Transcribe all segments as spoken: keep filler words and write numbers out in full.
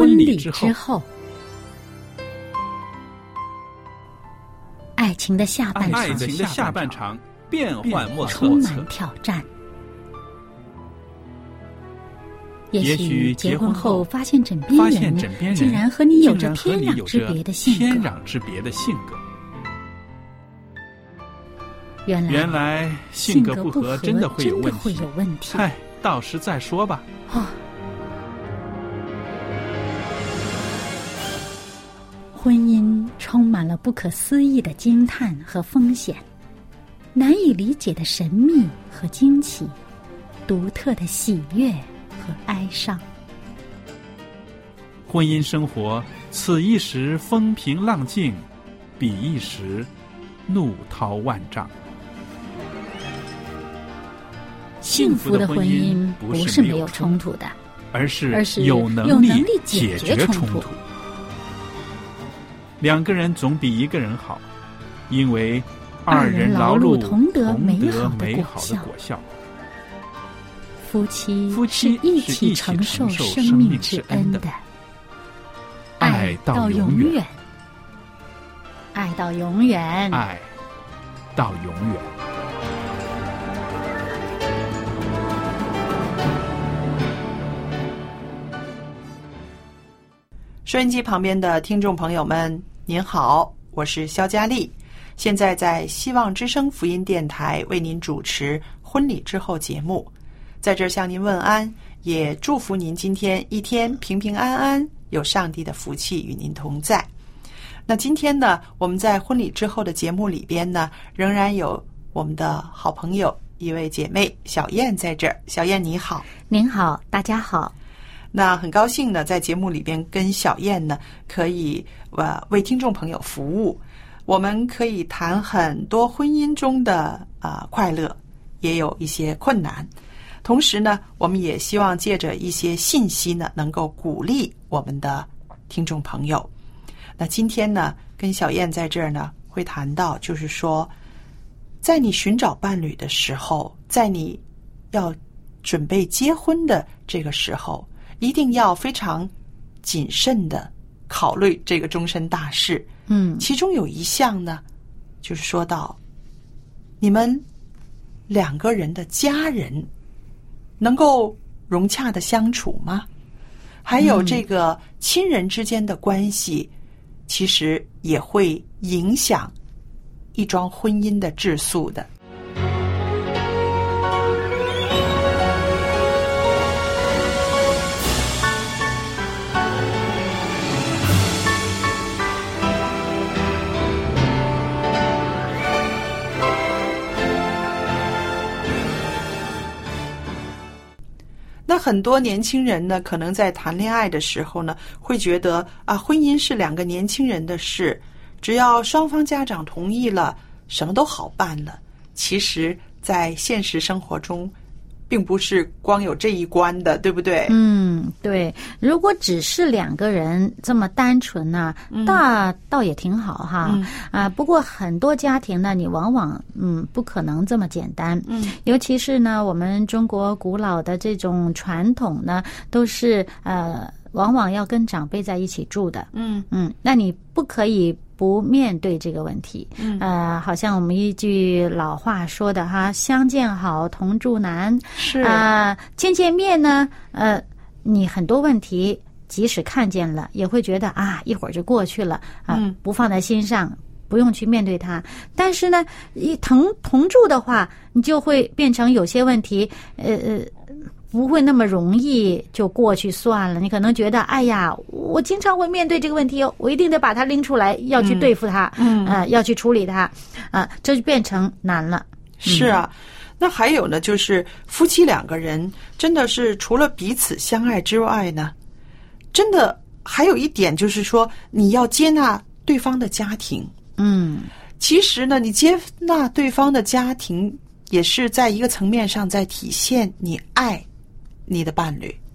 婚礼之后，爱情的下半场， 爱情的下半场变幻莫测， 充满挑战。也许结婚后发现枕边人竟然和你有着天壤之别的性格， 天壤之别的性格。 原来原来性格不合真的会有问题， 有问题。 嗨，到时再说吧。 哦，婚姻充满了不可思议的惊叹和风险，难以理解的神秘和惊奇，独特的喜悦和哀伤。 婚姻生活，此一时风平浪静，彼一时怒涛万丈。 幸福的婚姻不是没有冲突的， 而是而是有能力解决冲突。两个人总比一个人好，因为二人劳碌同得美好的果效。 夫妻夫妻是一起承受生命之恩的， 爱到永远， 爱到永远， 爱到永远。 收音机旁边的听众朋友们，您好，我是肖佳丽，现在在希望之声福音电台为您主持婚礼之后节目，在这儿向您问安，也祝福您今天一天平平安安，有上帝的福气与您同在。那今天呢，我们在婚礼之后的节目里边呢，仍然有我们的好朋友一位姐妹小燕在这儿。小燕你好。 您好，大家好。 那很高兴呢，在节目里边跟小燕呢，可以呃为听众朋友服务。我们可以谈很多婚姻中的啊、呃、快乐，也有一些困难。同时呢，我们也希望借着一些信息呢，能够鼓励我们的听众朋友。那今天呢，跟小燕在这儿呢，会谈到就是说，在你寻找伴侣的时候，在你要准备结婚的这个时候，一定要非常谨慎的考虑这个终身大事。 嗯， 其中有一项呢，就是说到你们两个人的家人能够融洽的相处吗？还有这个亲人之间的关系，其实也会影响一桩婚姻的质素的。那很多年轻人呢，可能在谈恋爱的时候呢，会觉得啊，婚姻是两个年轻人的事，只要双方家长同意了，什么都好办了。其实在现实生活中并不是光有这一关的，对不对？ 嗯，对。如果只是两个人这么单纯呢、啊，那、嗯、倒也挺好哈。嗯、啊，不过很多家庭呢，你往往嗯不可能这么简单。嗯，尤其是呢，我们中国古老的这种传统呢，都是呃，往往要跟长辈在一起住的。嗯嗯，那你不可以不面对这个问题。嗯，呃，好像我们一句老话说的哈，相见好，同住难。 是啊、呃，见见面呢，呃，你很多问题即使看见了，也会觉得啊，一会儿就过去了啊、呃嗯，不放在心上，不用去面对它。但是呢，一同同住的话，你就会变成有些问题，呃呃。不会那么容易就过去算了。你可能觉得，哎呀，我经常会面对这个问题哦，我一定得把它拎出来，要去对付它，嗯，呃、要去处理它，啊、呃，这就变成难了。 是啊，嗯、那还有呢，就是夫妻两个人真的是除了彼此相爱之外呢，真的还有一点就是说，你要接纳对方的家庭。 嗯， 其实呢，你接纳对方的家庭，也是在一个层面上在体现你爱你的伴侣。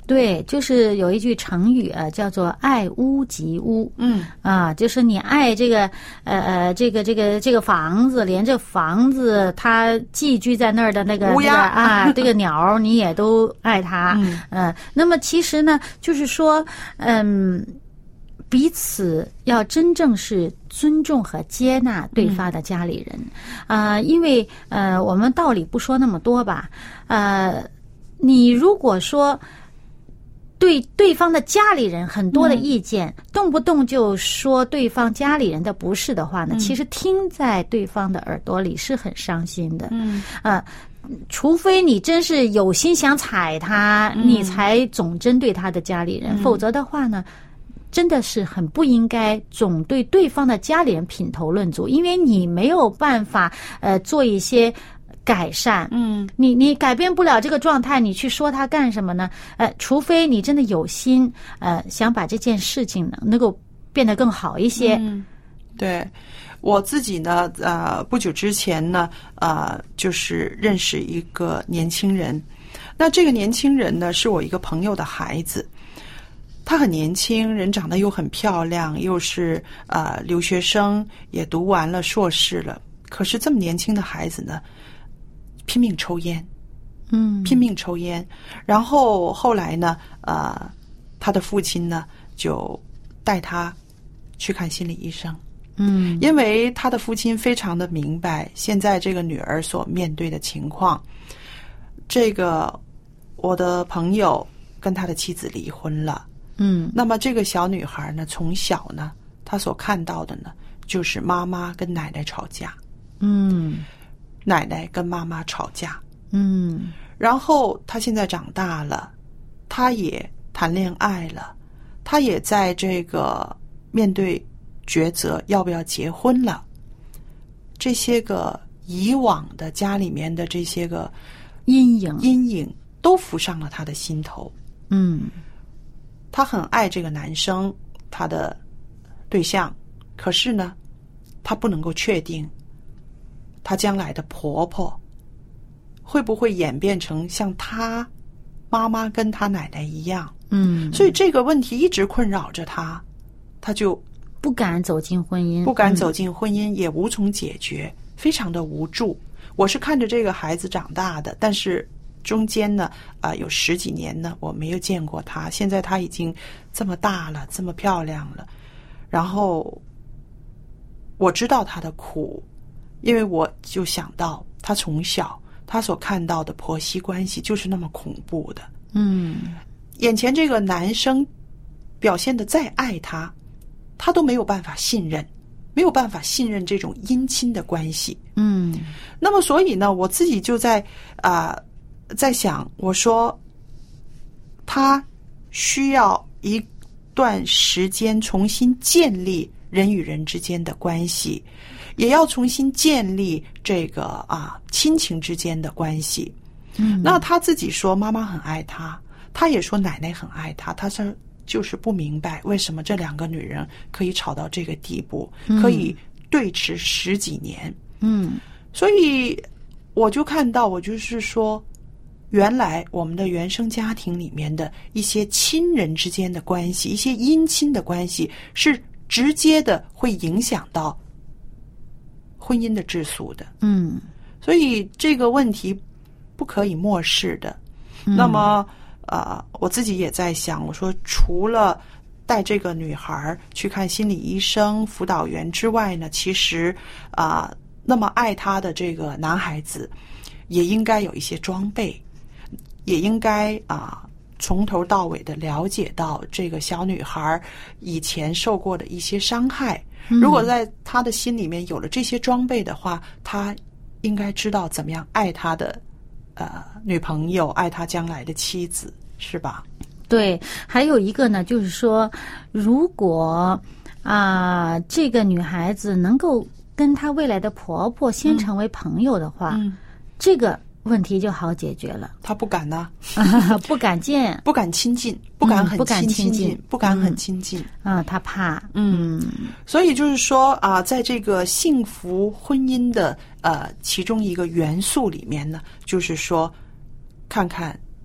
对，就是有一句成语啊，叫做爱屋及乌。 嗯啊，就是你爱这个呃呃这个这个这个房子，连这房子它寄居在那儿的那个乌鸦、 那个、啊，这个鸟你也都爱它。 嗯呃，那么其实呢，就是说，嗯。彼此要真正是尊重和接纳对方的家里人，啊、呃，因为呃，我们道理不说那么多吧，呃，你如果说对对方的家里人很多的意见，嗯、动不动就说对方家里人的不是的话呢，嗯、其实听在对方的耳朵里是很伤心的， 嗯， 呃。除非你真是有心想踩他，嗯、你才总针对他的家里人，嗯、否则的话呢，真的是很不应该总对对方的家里人品头论足，因为你没有办法呃做一些改善， 嗯， 你你改变不了这个状态，你去说他干什么呢？呃，除非你真的有心，呃，想把这件事情呢能够变得更好一些。 嗯，对。我自己呢，呃，不久之前呢，呃，就是认识一个年轻人。那这个年轻人呢，是我一个朋友的孩子。他很年轻，人长得又很漂亮，又是呃留学生，也读完了硕士了。可是这么年轻的孩子呢，拼命抽烟， 嗯， 拼命抽烟。然后后来呢，呃，他的父亲呢就带他去看心理医生。 嗯， 因为他的父亲非常的明白现在这个女儿所面对的情况。这个我的朋友跟他的妻子离婚了， 嗯， 那么这个小女孩呢，从小呢，她所看到的呢，就是妈妈跟奶奶吵架， 嗯， 奶奶跟妈妈吵架， 嗯， 然后她现在长大了，她也谈恋爱了，她也在这个面对抉择要不要结婚了，这些个以往的家里面的这些个阴影阴影都浮上了他的心头。 嗯， 他很爱这个男生，他的对象，可是呢，他不能够确定他将来的婆婆会不会演变成像他妈妈跟他奶奶一样。 嗯， 所以这个问题一直困扰着他，他就不敢走进婚姻， 不敢走进婚姻，嗯、也无从解决，非常的无助。我是看着这个孩子长大的，但是中间呢，啊、呃，有十几年呢，我没有见过他。现在他已经这么大了，这么漂亮了，然后我知道他的苦，因为我就想到他从小他所看到的婆媳关系就是那么恐怖的。 嗯， 眼前这个男生表现得再爱他，他都没有办法信任，没有办法信任这种姻亲的关系。 嗯， 那么所以呢，我自己就在啊、呃、在想，我说他需要一段时间重新建立人与人之间的关系，也要重新建立这个啊亲情之间的关系。 嗯， 那他自己说妈妈很爱他，他也说奶奶很爱他，他说就是不明白为什么这两个女人可以吵到这个地步， 嗯、 可以对峙十几年。 嗯， 所以我就看到，我就是说，原来我们的原生家庭里面的一些亲人之间的关系，一些姻亲的关系，是直接的会影响到婚姻的质素的。 嗯， 所以这个问题不可以漠视的。嗯、那么呃，我自己也在想，我说除了带这个女孩去看心理医生、辅导员之外呢，其实啊、呃，那么爱她的这个男孩子，也应该有一些装备，也应该啊、呃，从头到尾的了解到这个小女孩以前受过的一些伤害。 嗯、 如果在她的心里面有了这些装备的话，她应该知道怎么样爱她的呃女朋友，爱她将来的妻子，是吧？ 对，还有一个呢，就是说，如果啊、呃，这个女孩子能够跟她未来的婆婆先成为朋友的话， 嗯， 这个问题就好解决了。 她不敢呢、 啊，不敢见， 不敢亲近，不敢很不敢亲近， 不敢很亲近。 啊，她怕。 嗯，所以就是说啊，在这个幸福婚姻的呃其中一个元素里面呢，就是说，看看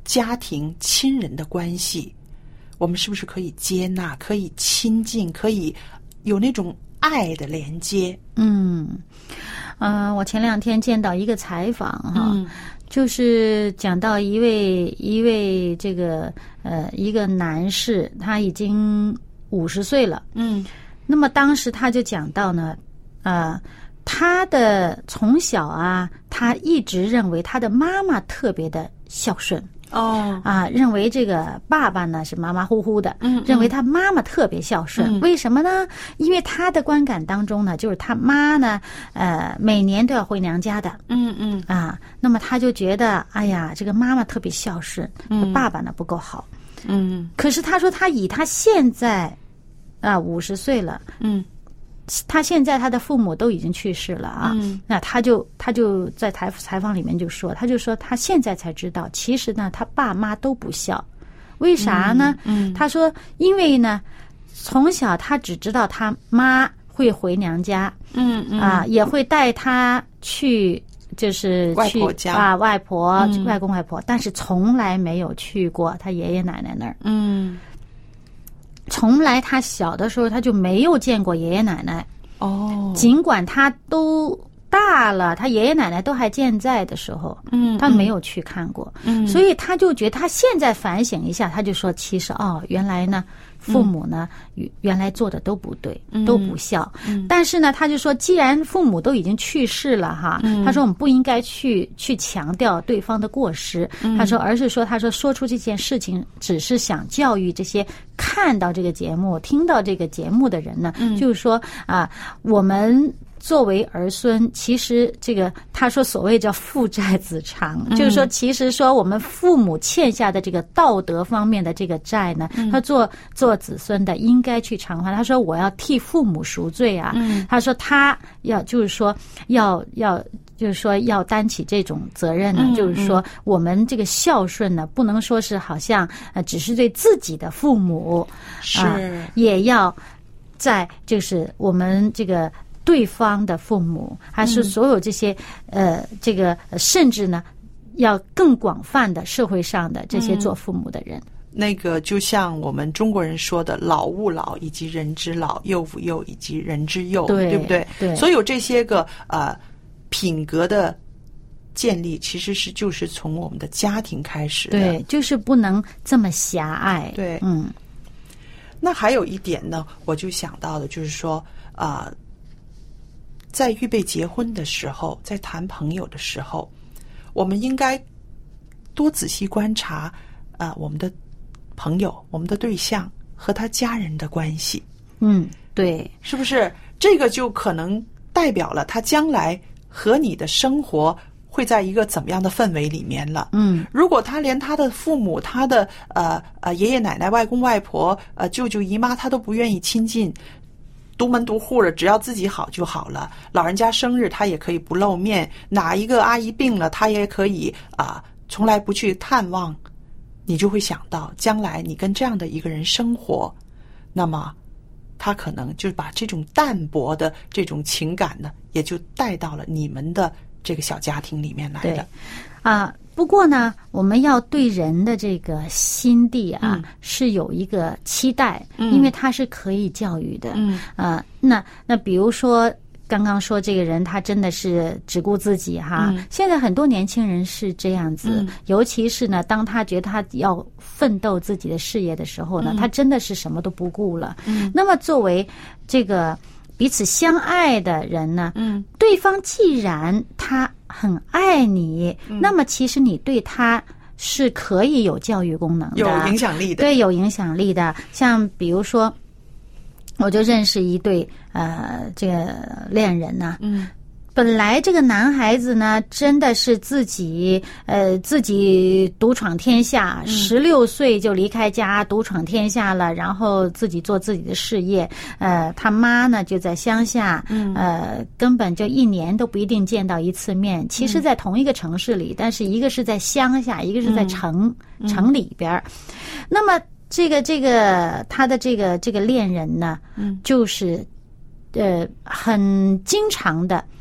家庭亲人的关系，我们是不是可以接纳，可以亲近，可以有那种爱的连接？ 嗯，呃，我前两天见到一个采访哈， 嗯、 就是讲到一位一位这个呃一个男士，他已经五十岁了， 嗯， 那么当时他就讲到呢，呃，他的从小啊，他一直认为他的妈妈特别的孝顺。 哦啊，认为这个爸爸呢是马马虎虎的， 嗯， 认为他妈妈特别孝顺， 嗯、 为什么呢？因为他的观感当中呢，就是他妈呢，呃，每年都要回娘家的， 嗯嗯啊，那么他就觉得，哎呀，这个妈妈特别孝顺， 嗯， 爸爸呢不够好， 嗯， 可是他说他以他现在啊五十岁了， 嗯。 他现在他的父母都已经去世了啊， 嗯、 那他就他就在采采访里面就说，他就说他现在才知道，其实呢他爸妈都不孝，为啥呢？ 嗯，嗯他说因为呢从小他只知道他妈会回娘家， 嗯嗯啊也会带他去就是去外婆家啊外婆、 嗯、 外公外婆，但是从来没有去过他爷爷奶奶那儿。 嗯。 从来他小的时候他就没有见过爷爷奶奶哦， 尽管他都大了，他爷爷奶奶都还健在的时候， 嗯， 他没有去看过， 嗯， 所以他就觉得他现在反省一下，他就说其实哦，原来呢父母呢、嗯、原来做的都不对， 嗯、 都不孝、 嗯， 但是呢他就说既然父母都已经去世了哈、嗯、他说我们不应该去去强调对方的过失、嗯、他说而是说他说说出这件事情只是想教育这些看到这个节目听到这个节目的人呢、嗯、就是说啊我们作为儿孙，其实这个他说所谓叫父债子偿、嗯、就是说其实说我们父母欠下的这个道德方面的这个债呢、嗯、他做做子孙的应该去偿还。他说我要替父母赎罪啊、嗯、他说他要就是说要要就是说要担起这种责任呢、嗯、就是说我们这个孝顺呢不能说是好像呃只是对自己的父母是、 呃、也要在就是我们这个对方的父母，还是所有这些、嗯、呃，这个甚至呢，要更广泛的社会上的这些做父母的人。嗯、 那个就像我们中国人说的"老吾老以及人之老，幼吾幼以及人之幼"， 对， 对不对？ 对。 所有这些个呃品格的建立，其实是就是从我们的家庭开始的。 对，就是不能这么狭隘。 对， 嗯。 那还有一点呢，我就想到的就是说啊。呃在预备结婚的时候，在谈朋友的时候，我们应该多仔细观察呃我们的朋友、我们的对象和他家人的关系。 嗯，对， 是不是？这个就可能代表了他将来和你的生活会在一个怎么样的氛围里面了。 嗯， 如果他连他的父母、他的呃呃爷爷奶奶、外公外婆、呃舅舅姨妈，他都不愿意亲近。独门独户的，只要自己好就好了。老人家生日他也可以不露面，哪一个阿姨病了他也可以啊、呃，从来不去探望。你就会想到，将来你跟这样的一个人生活，那么他可能就把这种淡薄的这种情感呢，也就带到了你们的这个小家庭里面来了。 对啊。不过呢，我们要对人的这个心地啊、嗯、是有一个期待、嗯，因为他是可以教育的。嗯，呃，那那比如说刚刚说这个人他真的是只顾自己哈、嗯，现在很多年轻人是这样子，嗯、尤其是呢，当他觉得他要奋斗自己的事业的时候呢，嗯、他真的是什么都不顾了。嗯，那么作为这个彼此相爱的人呢，嗯，对方既然他很爱你、嗯，那么其实你对他是可以有教育功能的， 有影响力的， 对，有影响力的。像比如说，我就认识一对呃这个恋人呢、啊，嗯。本来这个男孩子呢，真的是自己呃自己独闯天下，十六岁就离开家独闯天下了，然后自己做自己的事业。呃，他妈呢就在乡下，呃，根本就一年都不一定见到一次面。其实，在同一个城市里，但是一个是在乡下，一个是在城、嗯、城里边。那么，这个这个他的这个这个恋人呢，嗯，就是呃很经常的。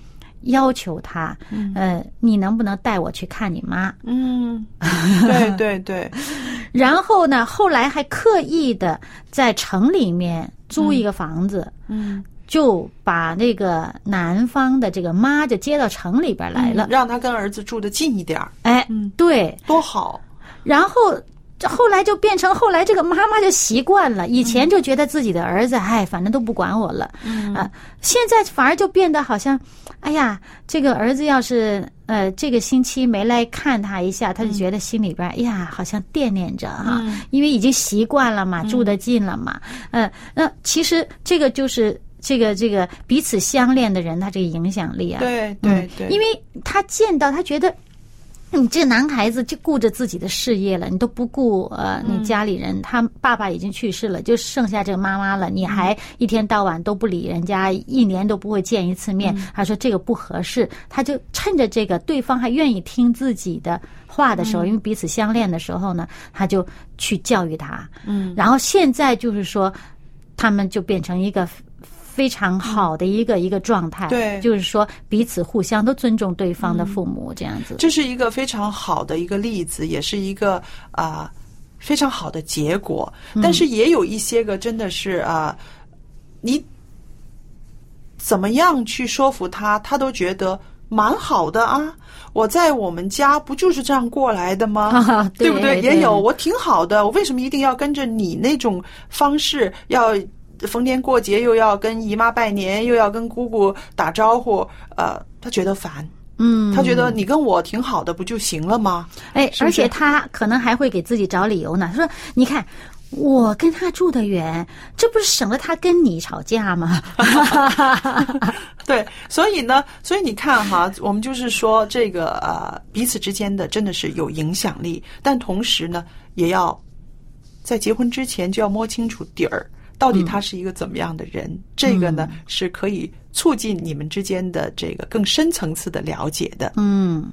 要求他，嗯、呃，你能不能带我去看你妈？ 嗯，对对对。 然后呢，后来还刻意的在城里面租一个房子，嗯。嗯，就把那个男方的这个妈就接到城里边来了， 嗯、让他跟儿子住得近一点。 哎，嗯，对， 多好。 然后后来就变成后来这个妈妈就习惯了，以前就觉得自己的儿子，哎，反正都不管我了，嗯啊，现在反而就变得好像，哎呀，这个儿子要是呃这个星期没来看他一下，他就觉得心里边，哎呀，好像惦念着哈，嗯、因为已经习惯了嘛，住得近了嘛，嗯、呃，那其实这个就是。这个这个彼此相恋的人，他这个影响力啊， 对对对、嗯， 因为他见到他觉得，你这男孩子就顾着自己的事业了，你都不顾呃你家里人，嗯、他爸爸已经去世了，就剩下这个妈妈了，你还一天到晚都不理人家，一年都不会见一次面。嗯、他说这个不合适，他就趁着这个对方还愿意听自己的话的时候，嗯、因为彼此相恋的时候呢，他就去教育他。嗯，然后现在就是说，他们就变成一个。非常好的一个、嗯、一个状态， 对， 就是说彼此互相都尊重对方的父母，这样子。 这是一个非常好的一个例子，也是一个啊、呃、非常好的结果。但是也有一些个真的是啊、呃，你怎么样去说服他，他都觉得蛮好的啊。我在我们家不就是这样过来的吗？ 啊、对, 对不对？也有，我挺好的，我为什么一定要跟着你那种方式要？逢年过节又要跟姨妈拜年，又要跟姑姑打招呼，呃，他觉得烦。嗯，他觉得你跟我挺好的，不就行了吗？ 哎， 是是而且他可能还会给自己找理由呢。他说：“你看，我跟他住得远，这不是省了他跟你吵架吗？” 对，所以呢，所以你看哈，我们就是说这个呃，彼此之间的真的是有影响力，但同时呢，也要在结婚之前就要摸清楚底儿。到底他是一个怎么样的人？嗯、这个呢、嗯、是可以促进你们之间的这个更深层次的了解的。 嗯。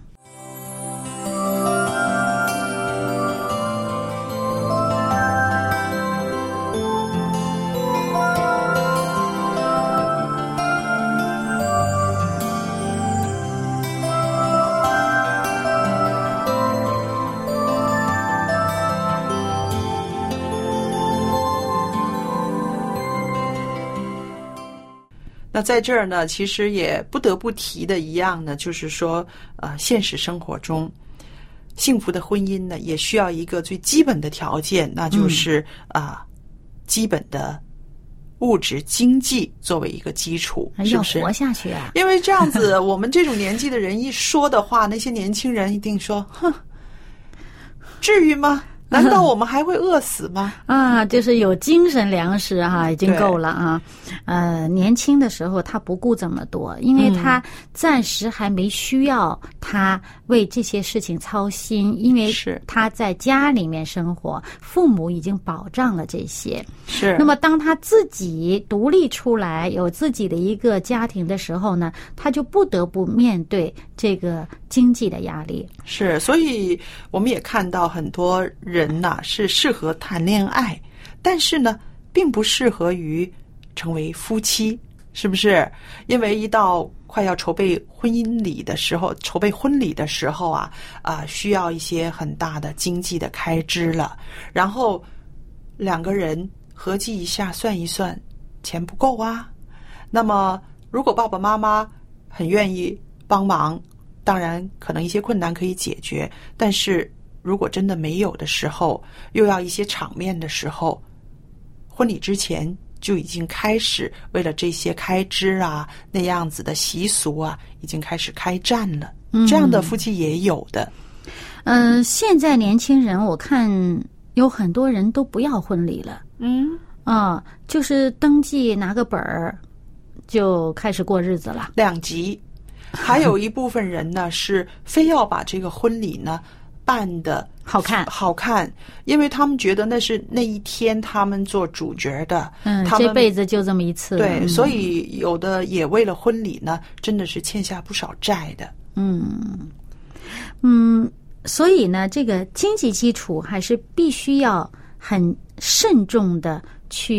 那在这儿呢，其实也不得不提的一样呢，就是说，呃，现实生活中，幸福的婚姻呢，也需要一个最基本的条件，那就是啊、呃，基本的物质经济作为一个基础，是不是？ 要活下去啊！ 因为这样子，我们这种年纪的人一说的话，那些年轻人一定说：“哼，至于吗？”难道我们还会饿死吗？ 啊，就是有精神粮食哈、啊，已经够了啊。呃，年轻的时候他不顾这么多，因为他暂时还没需要他为这些事情操心，因为他在家里面生活，父母已经保障了这些。 是。 那么当他自己独立出来，有自己的一个家庭的时候呢，他就不得不面对这个经济的压力。 是，所以我们也看到很多人。人呐是适合谈恋爱，但是呢，并不适合于成为夫妻，是不是？因为一到快要筹备婚姻礼的时候，筹备婚礼的时候啊，啊、呃，需要一些很大的经济的开支了。然后两个人合计一下，算一算，钱不够啊。那么，如果爸爸妈妈很愿意帮忙，当然可能一些困难可以解决，但是。如果真的没有的时候，又要一些场面的时候，婚礼之前就已经开始为了这些开支啊，那样子的习俗啊，已经开始开战了。嗯、这样的夫妻也有的。 嗯、呃，现在年轻人我看有很多人都不要婚礼了。嗯啊，就是登记拿个本儿就开始过日子了。 两极，还有一部分人呢是非要把这个婚礼呢。办的好看， 好看，因为他们觉得那是那一天他们做主角的， 嗯， 他们这辈子就这么一次， 对， 嗯、 所以有的也为了婚礼呢，真的是欠下不少债的， 嗯嗯，所以呢，这个经济基础还是必须要很慎重的去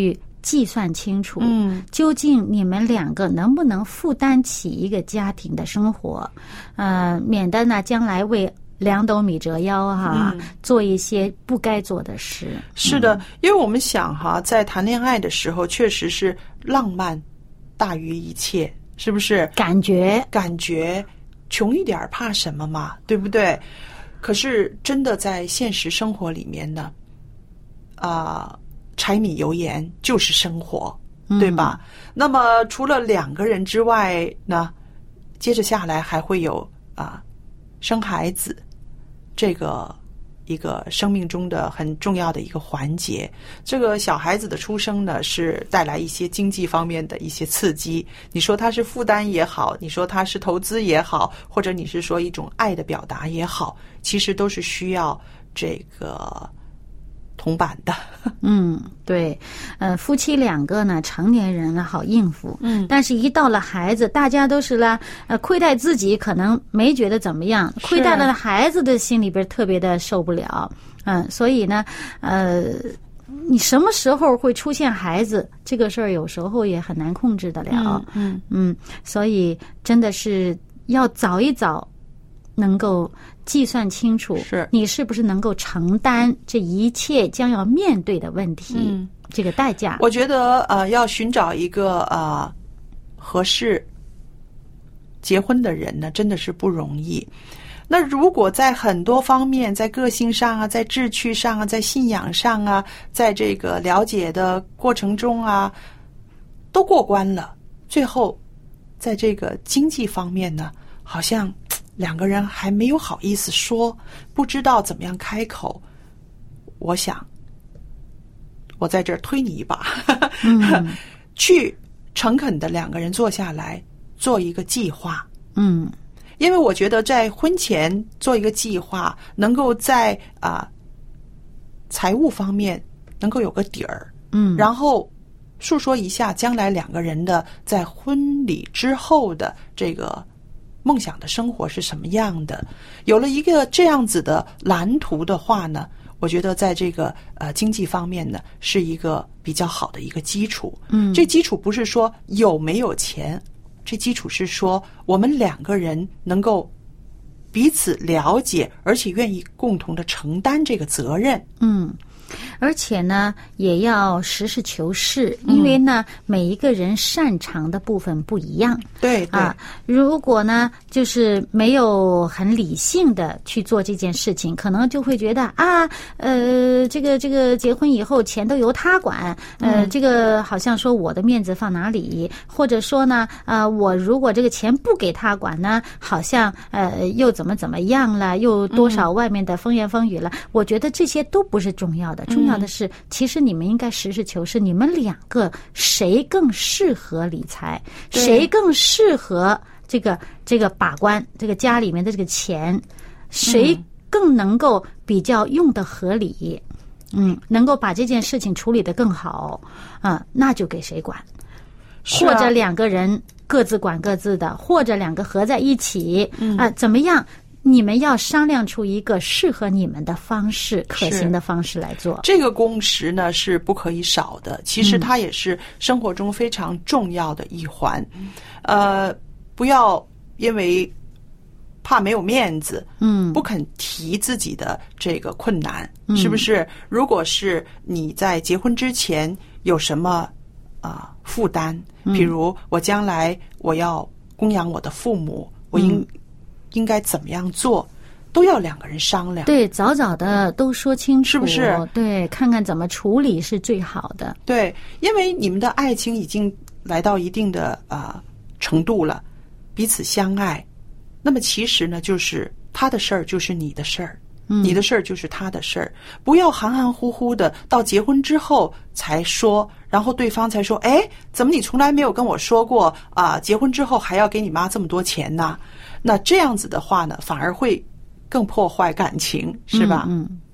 计算清楚， 嗯， 究竟你们两个能不能负担起一个家庭的生活，呃，免得呢将来为两斗米折腰哈、嗯，做一些不该做的事。 是的，嗯、因为我们想哈，在谈恋爱的时候，确实是浪漫大于一切，是不是？ 感觉， 感觉，穷一点怕什么嘛，对不对？可是真的在现实生活里面呢，啊、呃，柴米油盐就是生活，对吧？嗯、那么除了两个人之外呢，接着下来还会有啊、呃，生孩子。这个一个生命中的很重要的一个环节，这个小孩子的出生呢，是带来一些经济方面的一些刺激。你说它是负担也好，你说它是投资也好，或者你是说一种爱的表达也好，其实都是需要这个铜板的。 嗯，对，呃，夫妻两个呢，成年人了好应付，嗯，但是一到了孩子，大家都是了，呃，亏待自己可能没觉得怎么样，亏待了孩子的心里边特别的受不了，嗯，所以呢，呃，你什么时候会出现孩子这个事儿，有时候也很难控制得了， 嗯 嗯, 嗯，所以真的是要早一早能够计算清楚， 是你是不是能够承担这一切将要面对的问题， 嗯， 这个代价。 我觉得呃，要寻找一个呃合适结婚的人呢，真的是不容易。那如果在很多方面，在个性上啊，在志趣上啊，在信仰上啊，在这个了解的过程中啊，都过关了，最后在这个经济方面呢，好像两个人还没有好意思说，不知道怎么样开口。我想我在这儿推你一把，嗯、去诚恳的两个人坐下来做一个计划。 嗯， 因为我觉得在婚前做一个计划，能够在啊、呃、财务方面能够有个底儿。 嗯， 然后述说一下将来两个人的在婚礼之后的这个梦想的生活是什么样的。有了一个这样子的蓝图的话呢，我觉得在这个呃经济方面呢，是一个比较好的一个基础。 嗯， 这基础不是说有没有钱，这基础是说我们两个人能够彼此了解，而且愿意共同的承担这个责任。 嗯。而且呢，也要实事求是，因为呢，嗯、每一个人擅长的部分不一样。 对对啊，如果呢，就是没有很理性的去做这件事情，可能就会觉得啊，呃，这个这个结婚以后钱都由他管，呃，嗯、这个好像说我的面子放哪里，或者说呢，呃，我如果这个钱不给他管呢，好像呃又怎么怎么样了，又多少外面的风言风语了。嗯、我觉得这些都不是重要的。重要的是，其实你们应该实事求是，你们两个谁更适合理财，谁更适合这个这个把关这个家里面的这个钱，谁更能够比较用得合理，嗯，能够把这件事情处理得更好啊，那就给谁管， 是啊、 或者两个人各自管各自的，或者两个合在一起，嗯啊，怎么样？你们要商量出一个适合你们的方式，可行的方式来做。 这个共识呢是不可以少的，其实它也是生活中非常重要的一环。嗯、呃，不要因为怕没有面子， 嗯， 不肯提自己的这个困难，嗯、是不是？如果是你在结婚之前有什么啊、呃、负担，比如我将来我要供养我的父母，我应、嗯应该怎么样做，都要两个人商量。 对，早早的都说清楚， 是不是？ 对，看看怎么处理是最好的。 对，因为你们的爱情已经来到一定的啊、呃、程度了，彼此相爱，那么其实呢，就是他的事儿就是你的事儿，嗯、你的事儿就是他的事儿，不要含含糊糊的到结婚之后才说，然后对方才说，哎，怎么你从来没有跟我说过啊、呃？结婚之后还要给你妈这么多钱呢？那这样子的话呢，反而会更破坏感情，是吧？ 嗯。嗯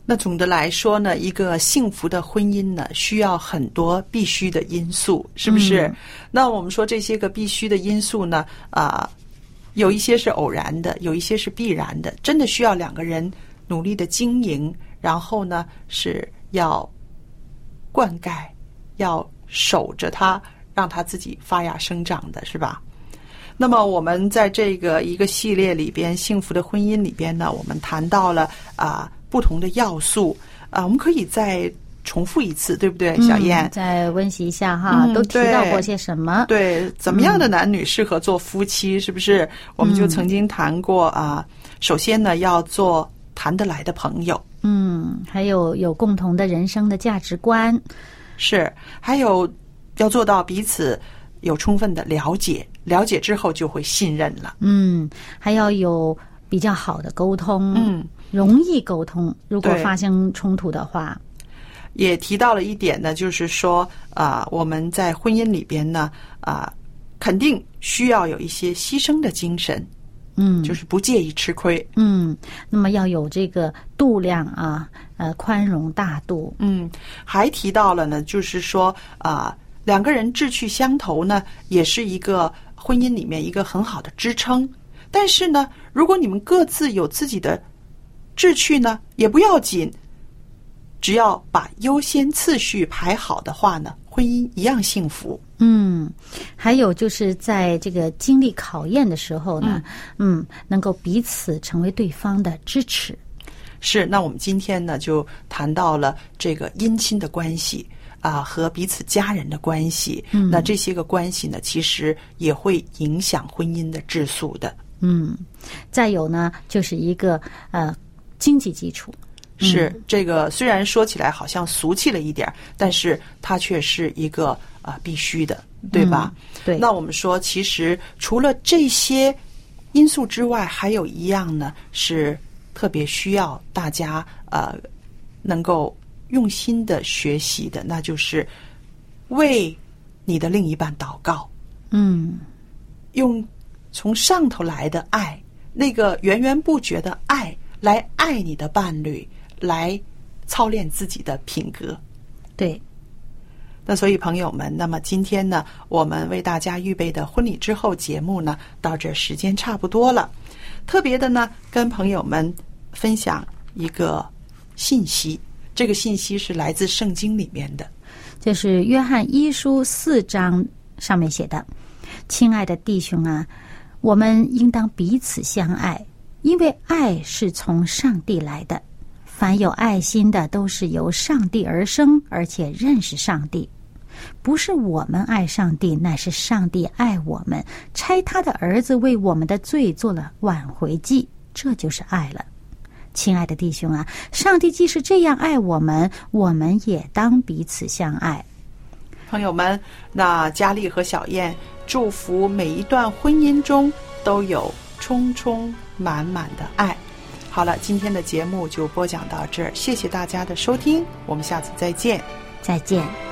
那总的来说呢，一个幸福的婚姻呢，需要很多必须的因素，是不是？嗯、那我们说这些个必须的因素呢，啊、呃，有一些是偶然的，有一些是必然的，真的需要两个人努力的经营，然后呢是要灌溉，要守着它，让它自己发芽生长的，是吧？那么我们在这个一个系列里边，幸福的婚姻里边呢，我们谈到了啊。呃不同的要素啊、呃，我们可以再重复一次，对不对，小燕？ 嗯、再温习一下哈、嗯，都提到过些什么？ 对，怎么样的男女适合做夫妻？嗯、是不是？我们就曾经谈过啊、呃。首先呢，要做谈得来的朋友， 嗯，还有有共同的人生的价值观， 是，还有要做到彼此有充分的了解，了解之后就会信任了。 嗯，还要有比较好的沟通， 嗯。 容易沟通，如果发生冲突的话， 也提到了一点呢，就是说啊、呃，我们在婚姻里边呢，啊、呃，肯定需要有一些牺牲的精神， 嗯， 就是不介意吃亏， 嗯，那么要有这个度量啊，呃，宽容大度， 嗯，还提到了呢，就是说啊、呃，两个人志趣相投呢，也是一个婚姻里面一个很好的支撑。但是呢，如果你们各自有自己的志趣呢，也不要紧，只要把优先次序排好的话呢，婚姻一样幸福。 嗯，还有就是在这个经历考验的时候呢，嗯，嗯能够彼此成为对方的支持。 是，那我们今天呢就谈到了这个姻亲的关系啊、呃，和彼此家人的关系。嗯，那这些个关系呢，其实也会影响婚姻的质素的。 嗯，再有呢，就是一个呃。经济基础是、嗯、这个，虽然说起来好像俗气了一点，但是它却是一个啊、呃、必须的，对吧？ 嗯、对。 那我们说，其实除了这些因素之外，还有一样呢，是特别需要大家呃能够用心的学习的，那就是为你的另一半祷告。 嗯， 用从上头来的爱，那个源源不绝的爱。来爱你的伴侣，来操练自己的品格。 对， 那所以朋友们，那么今天呢，我们为大家预备的婚礼之后节目呢，到这时间差不多了。特别的呢，跟朋友们分享一个信息，这个信息是来自圣经里面的， 就是约翰一书四章上面写的：亲爱的弟兄啊，我们应当彼此相爱。因为爱是从上帝来的，凡有爱心的都是由上帝而生，而且认识上帝。不是我们爱上帝，乃是上帝爱我们，差他的儿子为我们的罪做了挽回祭，这就是爱了。亲爱的弟兄啊，上帝既是这样爱我们，我们也当彼此相爱。 朋友们，那佳丽和小燕祝福每一段婚姻中都有充充满满的爱。好了，今天的节目就播讲到这儿，谢谢大家的收听，我们下次再见。 再见。